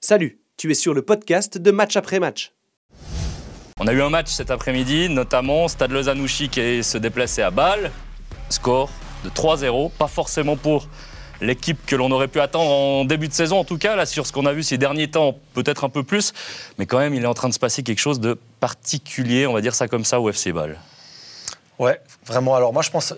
Salut, tu es sur le podcast de Match après match. On a eu un match cet après-midi, notamment Stade Lozanouchi qui se déplaçait à Bâle. Score de 3-0, pas forcément pour l'équipe que l'on aurait pu attendre en début de saison, en tout cas, là, sur ce qu'on a vu ces derniers temps, peut-être un peu plus. Mais quand même, il est en train de se passer quelque chose de particulier, on va dire ça comme ça, au FC Bâle. Ouais, vraiment. Alors moi, je pense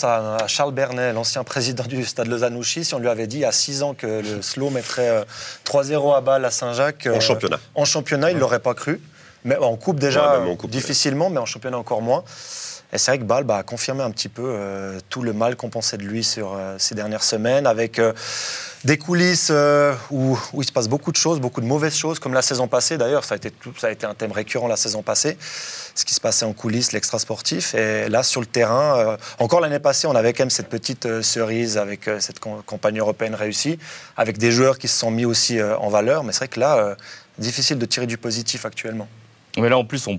à Charles Bernet, l'ancien président du Stade Lozanouchi. Si on lui avait dit il y a 6 ans que le Slow mettrait 3-0 à Bâle à Saint-Jacques... En championnat, il ne l'aurait pas cru. Mais en coupe déjà, en coupe, difficilement, mais en championnat encore moins. Et c'est vrai que Bâle a confirmé un petit peu tout le mal qu'on pensait de lui sur ces dernières semaines, avec des coulisses où il se passe beaucoup de choses, beaucoup de mauvaises choses, comme la saison passée. D'ailleurs, ça a été un thème récurrent la saison passée, ce qui se passait en coulisses, l'extra-sportif. Et là, sur le terrain, encore l'année passée, on avait quand même cette petite cerise avec cette campagne européenne réussie, avec des joueurs qui se sont mis aussi en valeur. Mais c'est vrai que là, difficile de tirer du positif actuellement. Mais là, en plus,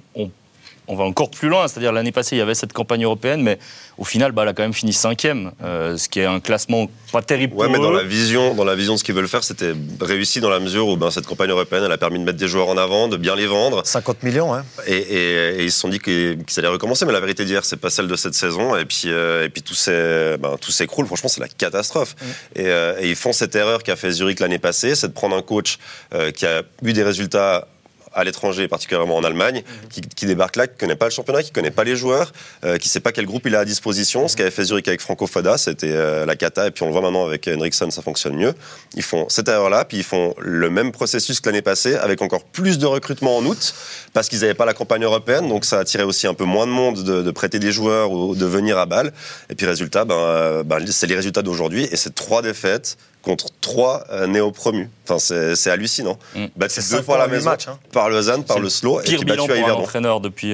on va encore plus loin. C'est-à-dire, l'année passée, il y avait cette campagne européenne, mais au final, Bâle a quand même fini 5e, ce qui est un classement pas terrible pour eux. Mais dans la vision de ce qu'ils veulent faire, c'était réussi dans la mesure où cette campagne européenne, elle a permis de mettre des joueurs en avant, de bien les vendre. 50 millions, hein. Et ils se sont dit qu'ils allaient recommencer, mais la vérité d'hier, c'est pas celle de cette saison. Et puis tout s'écroule. Franchement, c'est la catastrophe. Et ils font cette erreur qu'a fait Zurich l'année passée, c'est de prendre un coach qui a eu des résultats à l'étranger, particulièrement en Allemagne, qui débarque là, qui ne connaît pas le championnat, qui ne connaît pas les joueurs, qui ne sait pas quel groupe il a à disposition. Ce qu'avait fait Zurich avec Franco Foda, c'était la cata, et puis on le voit maintenant avec Henriksen, ça fonctionne mieux. Ils font cette erreur-là, puis ils font le même processus que l'année passée, avec encore plus de recrutement en août, parce qu'ils n'avaient pas la campagne européenne, donc ça attirait aussi un peu moins de monde de prêter des joueurs ou de venir à Bâle. Et puis résultat, c'est les résultats d'aujourd'hui, et c'est 3 défaites contre 3 néo-promus. Enfin, c'est hallucinant. C'est 2 fois à la maison, par Lausanne, par le Slow, et puis battu à Yverdon. L'entraîneur depuis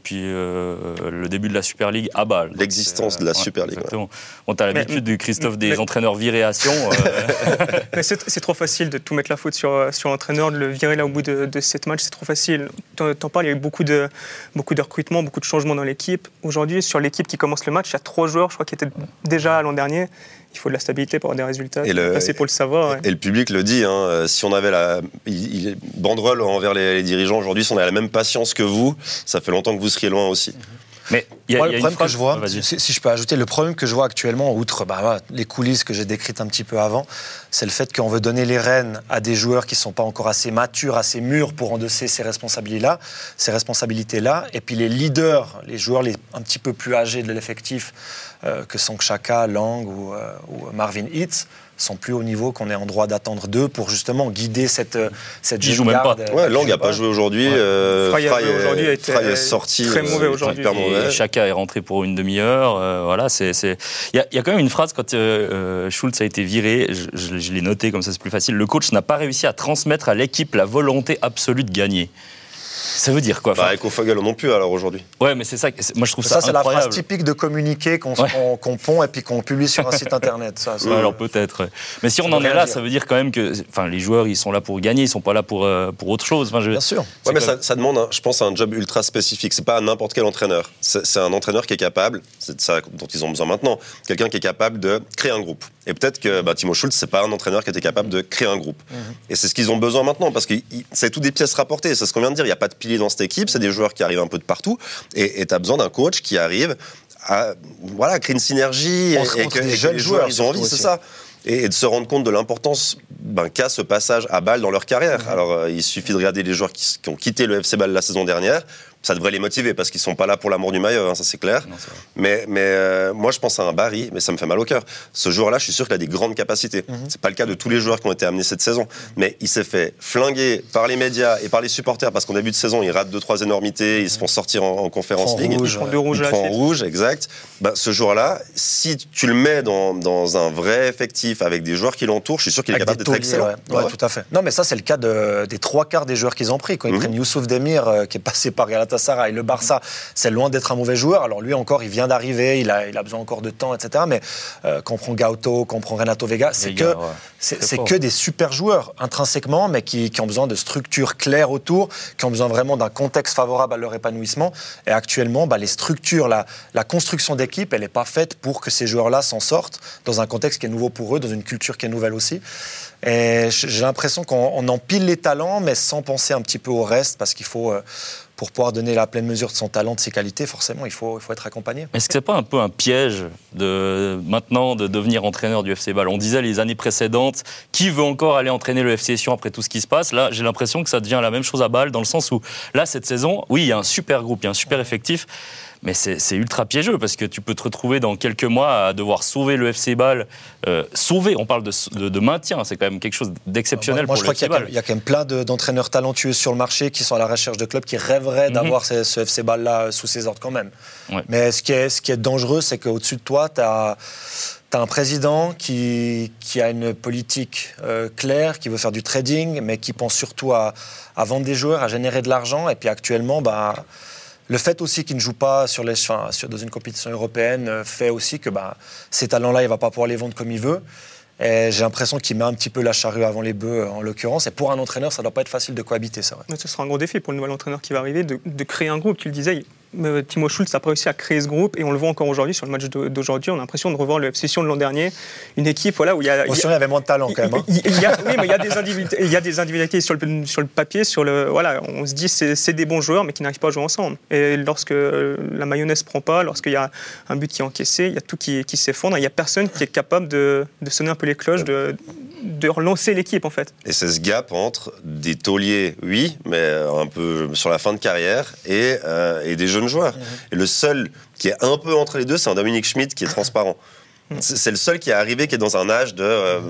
le début de la Super League à Bâle. L'existence de la Super League. Exactement. Ouais. On a l'habitude du Christophe des entraîneurs virés à Sion. Mais c'est trop facile de tout mettre la faute sur l'entraîneur, de le virer là au bout de 7 matchs, c'est trop facile. T'en parles, il y a eu beaucoup de recrutements, beaucoup de changements dans l'équipe. Aujourd'hui, sur l'équipe qui commence le match, il y a 3 joueurs, je crois, qui étaient déjà l'an dernier. Il faut de la stabilité pour avoir des résultats. C'est pour le savoir. Et le public le dit. Si on avait la banderole envers les dirigeants aujourd'hui, si on avait la même patience que vous, ça fait longtemps que vous seriez loin aussi. Mais le problème que je vois, si je peux ajouter, le problème que je vois actuellement, outre les coulisses que j'ai décrites un petit peu avant, c'est le fait qu'on veut donner les rênes à des joueurs qui ne sont pas encore assez matures, assez mûrs pour endosser ces responsabilités-là. Et puis les leaders, les joueurs un petit peu plus âgés de l'effectif, que sont Xhaka, Lang ou Marvin Hitz, sont plus au niveau qu'on est en droit d'attendre d'eux pour justement guider cette jeune garde. Lang n'a pas joué aujourd'hui. Frey est sorti. Très mauvais aujourd'hui. Xhaka est rentré pour une demi-heure. Il y a quand même une phrase quand Schulz a été viré. Je l'ai noté comme ça, c'est plus facile. Le coach n'a pas réussi à transmettre à l'équipe la volonté absolue de gagner. Ça veut dire quoi? Avec Ofagel non plus alors aujourd'hui. Ouais, mais c'est ça. Moi je trouve ça incroyable. C'est la phrase typique de communiquer qu'on pond et puis qu'on publie sur un site internet. Alors peut-être. Mais si on en est là, ça veut dire quand même que, les joueurs ils sont là pour gagner, ils sont pas là pour autre chose. Bien sûr. Ouais, mais ça demande, je pense, un job ultra spécifique. C'est pas n'importe quel entraîneur. C'est un entraîneur qui est capable. C'est de ça dont ils ont besoin maintenant. Quelqu'un qui est capable de créer un groupe. Et peut-être que Timo Schulz, c'est pas un entraîneur qui était capable de créer un groupe. Et c'est ce qu'ils ont besoin maintenant, parce que c'est tout des pièces rapportées. C'est ce qu'on vient de dire. Il y a pas de pilier dans cette équipe, c'est des joueurs qui arrivent un peu de partout, et tu as besoin d'un coach qui arrive à créer une synergie et que les jeunes joueurs ils ont envie, c'est ça. Et de se rendre compte de l'importance qu'a ce passage à Bâle dans leur carrière. Alors, il suffit de regarder les joueurs qui ont quitté le FC Bâle la saison dernière. Ça devrait les motiver parce qu'ils ne sont pas là pour l'amour du maillot, ça c'est clair. Non, c'est mais moi, je pense à un Barry, mais ça me fait mal au cœur. Ce joueur-là, je suis sûr qu'il a des grandes capacités. C'est pas le cas de tous les joueurs qui ont été amenés cette saison. Mais il s'est fait flinguer par les médias et par les supporters parce qu'en début de saison, il rate 2-3 énormités, ils se font sortir en Conférence League. Il prend 2 rouges. Il prend en rouge, exact. Ce joueur-là, si tu le mets dans un vrai effectif avec des joueurs qui l'entourent, je suis sûr qu'il est capable d'être excellent. Ouais, tout à fait. Non, mais ça, c'est le cas des 3 quarts des joueurs qu'ils ont pris. Quand ils prennent Youssouf Demir, qui est passé par Galatasaray, Galatasaray. Le Barça, c'est loin d'être un mauvais joueur. Alors lui encore, il vient d'arriver, il a besoin encore de temps, etc. Mais quand on prend Gauto, quand on prend Renato Vega, c'est que des super joueurs intrinsèquement, mais qui ont besoin de structures claires autour, qui ont besoin vraiment d'un contexte favorable à leur épanouissement. Et actuellement, les structures, la construction d'équipe, elle n'est pas faite pour que ces joueurs-là s'en sortent dans un contexte qui est nouveau pour eux, dans une culture qui est nouvelle aussi. Et j'ai l'impression qu'on empile les talents, mais sans penser un petit peu au reste, parce qu'il faut, pour pouvoir donner la pleine mesure de son talent, de ses qualités, forcément, il faut être accompagné. Est-ce que c'est pas un peu un piège maintenant de devenir entraîneur du FC Bâle ? On disait les années précédentes, qui veut encore aller entraîner le FC Sion après tout ce qui se passe ? Là, j'ai l'impression que ça devient la même chose à Bâle, dans le sens où, là, cette saison, oui, il y a un super groupe, il y a un super effectif, mais c'est ultra piégeux, parce que tu peux te retrouver dans quelques mois à devoir sauver le FC Bâle. Sauver, on parle de maintien, c'est quand même quelque chose d'exceptionnel pour le FC Bâle. Il y a quand même plein d'entraîneurs talentueux sur le marché qui sont à la recherche de clubs qui rêveraient d'avoir ce FC Bâle-là sous ses ordres quand même. Ouais. Mais ce qui est dangereux, c'est qu'au-dessus de toi, tu as un président qui a une politique claire, qui veut faire du trading, mais qui pense surtout à vendre des joueurs, à générer de l'argent. Et puis actuellement, le fait aussi qu'il ne joue pas dans une compétition européenne fait aussi que ces talents-là, il ne va pas pouvoir les vendre comme il veut. Et j'ai l'impression qu'il met un petit peu la charrue avant les bœufs, en l'occurrence. Et pour un entraîneur, ça ne doit pas être facile de cohabiter, c'est vrai. Mais ce sera un gros défi pour le nouvel entraîneur qui va arriver, de créer un groupe. Tu le disais, Timo Schulz n'a pas réussi à créer ce groupe, et on le voit encore aujourd'hui sur le match d'aujourd'hui. On a l'impression de revoir le FC Sion de l'an dernier, une équipe où il y a. Il y avait moins de talent quand même. Oui, mais il y a des individualités sur le papier, on se dit c'est des bons joueurs, mais qui n'arrivent pas à jouer ensemble. Et lorsque la mayonnaise prend pas, lorsqu'il y a un but qui est encaissé, il y a tout qui s'effondre. Il y a personne qui est capable de sonner un peu les cloches, de relancer l'équipe en fait. Et c'est ce gap entre des tauliers, oui, mais un peu sur la fin de carrière, et des jeunes joueurs. Et le seul qui est un peu entre les deux, c'est un Dominique Schmidt qui est transparent. C'est le seul qui est arrivé, qui est dans un âge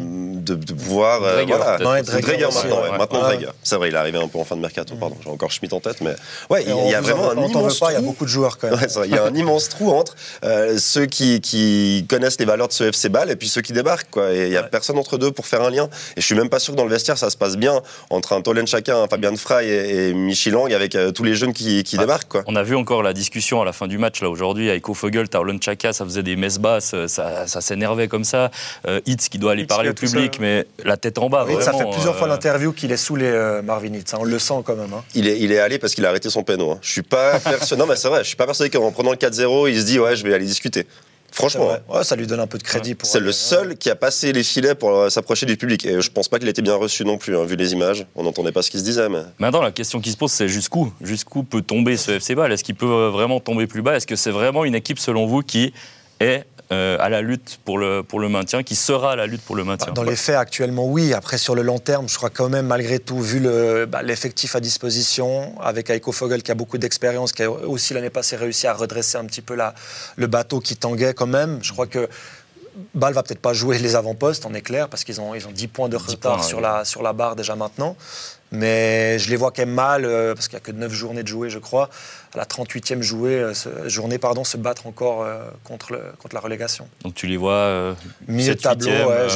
de pouvoir... Dreger maintenant. Maintenant, Dreger. C'est vrai, il est arrivé un peu en fin de mercato, pardon. J'ai encore Schmidt en tête, mais... Ouais, il y a vraiment un immense trou. Il y a beaucoup de joueurs, quand même. Il y a un immense trou entre ceux qui connaissent les valeurs de ce FC Bâle et puis ceux qui débarquent, quoi. Et il n'y a personne entre deux pour faire un lien. Et je suis même pas sûr que dans le vestiaire, ça se passe bien entre un Tolen Chaka, un Fabien Frey et Michi Lang, avec tous les jeunes qui débarquent, quoi. On a vu encore la discussion à la fin du match, là, aujourd'hui, avec Fogel, Tolen Chaka, ça faisait des messes basses, ça s'énervait comme ça. Hitz qui doit aller parler au public, mais la tête en bas. Vraiment, ça fait plusieurs fois l'interview qu'il est saoulé, Marvin Hitz. On le sent quand même. Il est allé parce qu'il a arrêté son péno. Je suis pas persuadé. Non, mais c'est vrai. Je suis pas persuadé qu'en prenant le 4-0, il se dit je vais aller discuter. Franchement, ça lui donne un peu de crédit. C'est le seul qui a passé les filets pour s'approcher du public. Et je pense pas qu'il était bien reçu non plus, vu les images. On n'entendait pas ce qu'il se disait. Mais... Maintenant, la question qui se pose, c'est jusqu'où peut tomber ce FC Bâle ? Est-ce qu'il peut vraiment tomber plus bas ? Est-ce que c'est vraiment une équipe, selon vous, qui est à la lutte pour le maintien, qui sera à la lutte pour le maintien? Dans les faits, actuellement, oui. Après, sur le long terme, je crois quand même, malgré tout, vu l'effectif à disposition, avec Heiko Vogel qui a beaucoup d'expérience, qui a aussi l'année passée réussi à redresser un petit peu le bateau qui tanguait quand même, je crois que Bâle va peut-être pas jouer les avant-postes, on est clair, parce qu'ils ont 10 points de retard sur la barre déjà maintenant. Mais je les vois quand même mal, parce qu'il n'y a que 9 journées de jouer, je crois. À la 38e journée, se battre encore contre la relégation. Donc tu les vois milieu de tableau,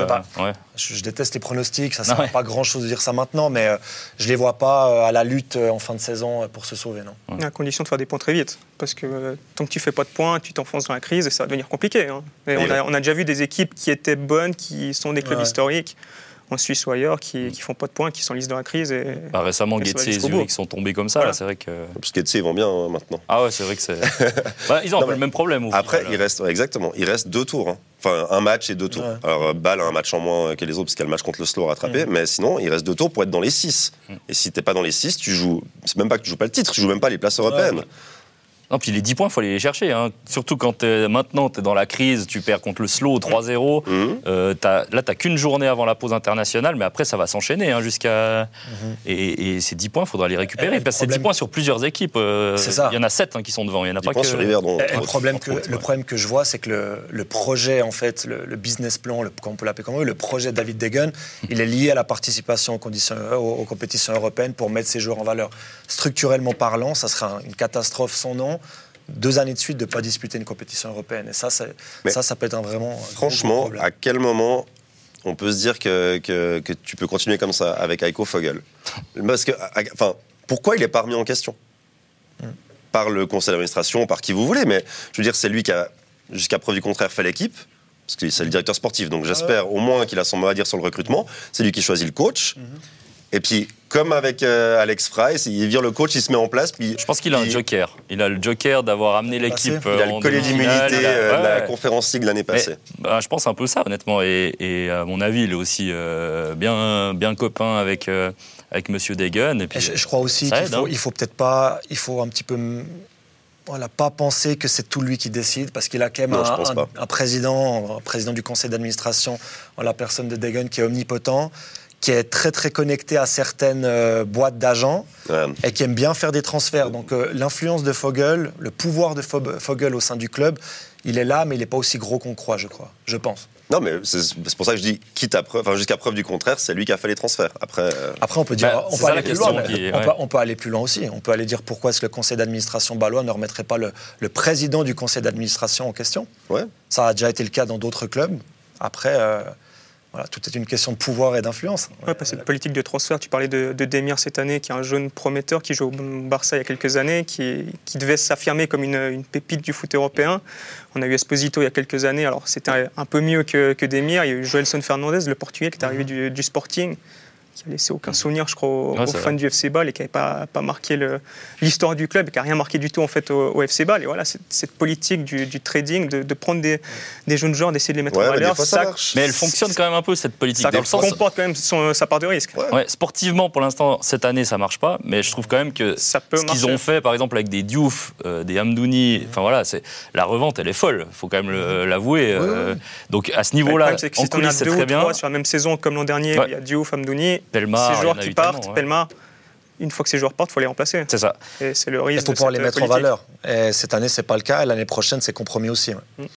je déteste les pronostics, ça ne sert pas grand-chose de dire ça maintenant, mais je ne les vois pas à la lutte en fin de saison pour se sauver, non. À condition de faire des points très vite, parce que tant que tu ne fais pas de points, tu t'enfonces dans la crise et ça va devenir compliqué. Et on a déjà vu des équipes qui étaient bonnes, qui sont des clubs historiques, en Suisse ou ailleurs, qui font pas de points, qui s'enlisent dans la crise. Récemment, Getse et Zurich sont tombés comme ça. Là, c'est vrai que... Parce que Getse, ils vont bien maintenant. Ah ouais, c'est vrai que c'est... ils ont un peu le même problème. Après, il reste 2 tours. Enfin, un match et 2 tours. Ouais. Alors, Bâle a un match en moins que les autres, parce qu'il y a le match contre le Slow à rattraper. Mais sinon, il reste 2 tours pour être dans les 6. Et si t'es pas dans les 6, tu joues... C'est même pas que tu joues pas le titre, tu joues même pas les places européennes. Non, puis les 10 points, il faut aller les chercher. Surtout quand maintenant, tu es dans la crise, tu perds contre le Slow 3-0. Là, tu n'as qu'une journée avant la pause internationale, mais après, ça va s'enchaîner jusqu'à... Et ces 10 points, il faudra les récupérer. Parce que c'est 10 points sur plusieurs équipes. Il y en a 7 qui sont devant. Il y en a pas que... sur Riverdon. Le problème que je vois, c'est que le projet, en fait, le business plan, on peut l'appeler comme le projet de David Degen, il est lié à la participation aux compétitions européennes pour mettre ses joueurs en valeur. Structurellement parlant, ça sera une catastrophe sans nom. 2 années de suite de ne pas disputer une compétition européenne. Et ça peut être vraiment... Franchement, à quel moment on peut se dire que tu peux continuer comme ça avec Heiko Vogel ? Parce que, pourquoi il n'est pas remis en question ? par le conseil d'administration, par qui vous voulez, mais je veux dire, c'est lui qui a, jusqu'à preuve du contraire, fait l'équipe. Parce que c'est le directeur sportif, donc j'espère au moins qu'il a son mot à dire sur le recrutement. C'est lui qui choisit le coach. Et puis, comme avec Alex Frey, il vire le coach, il se met en place. Puis, je pense qu'il a un joker. Il a le joker d'avoir amené l'équipe. Il a le collier d'immunité de la Conférence League l'année passée. Mais, je pense un peu ça, honnêtement. Et à mon avis, il est aussi bien copain avec Monsieur Degen. Et puis, je crois aussi qu'il faut peut-être pas... Il faut un petit peu... Voilà, pas penser que c'est tout lui qui décide, parce qu'il a quand même un président du conseil d'administration, la personne de Degen qui est omnipotent, qui est très très connecté à certaines boîtes d'agents et qui aime bien faire des transferts. Donc l'influence de Vogel, le pouvoir de Vogel au sein du club, il est là, mais il n'est pas aussi gros qu'on croit, je pense. Non, mais c'est pour ça que je dis, jusqu'à preuve du contraire, c'est lui qui a fait les transferts. Après on peut dire, on peut aller plus loin. On peut aller plus loin aussi. On peut aller dire pourquoi est-ce que le conseil d'administration bâlois ne remettrait pas le président du conseil d'administration en question. Ouais. Ça a déjà été le cas dans d'autres clubs. Après, voilà, tout est une question de pouvoir et d'influence. Ouais, parce que cette politique de transfert, tu parlais de Demir cette année, qui est un jeune prometteur qui joue au Barça il y a quelques années, qui devait s'affirmer comme une pépite du foot européen. On a eu Esposito il y a quelques années, alors c'était un peu mieux que Demir. Il y a eu Joelson Fernandez, le Portugais, qui est arrivé du Sporting, qui n'a laissé aucun souvenir, je crois, aux fans du FC Bâle et qui n'avait pas marqué l'histoire du club et qui n'a rien marqué du tout en fait au FC Bâle. Et voilà, cette politique du trading, de prendre des jeunes joueurs, d'essayer de les mettre en valeur. Mais elle fonctionne quand même un peu, cette politique. Ça comporte quand même sa part de risque. Ouais, sportivement, pour l'instant, cette année, ça ne marche pas, mais je trouve quand même que ce qu'ils ont fait, par exemple, avec des Diouf, des Hamdouni, enfin voilà, la revente, elle est folle, il faut quand même l'avouer. Donc à ce niveau-là, en coulisses, c'est très bien. Sur la même saison comme l'an dernier, il y a Diouf, Hamdouni. Pelmar, ces joueurs qui partent, Pelmar, une fois que ces joueurs partent, il faut les remplacer. C'est ça. Et c'est le risque. Il faut pouvoir les mettre en valeur. Et cette année, ce n'est pas le cas. Et l'année prochaine, c'est compromis aussi.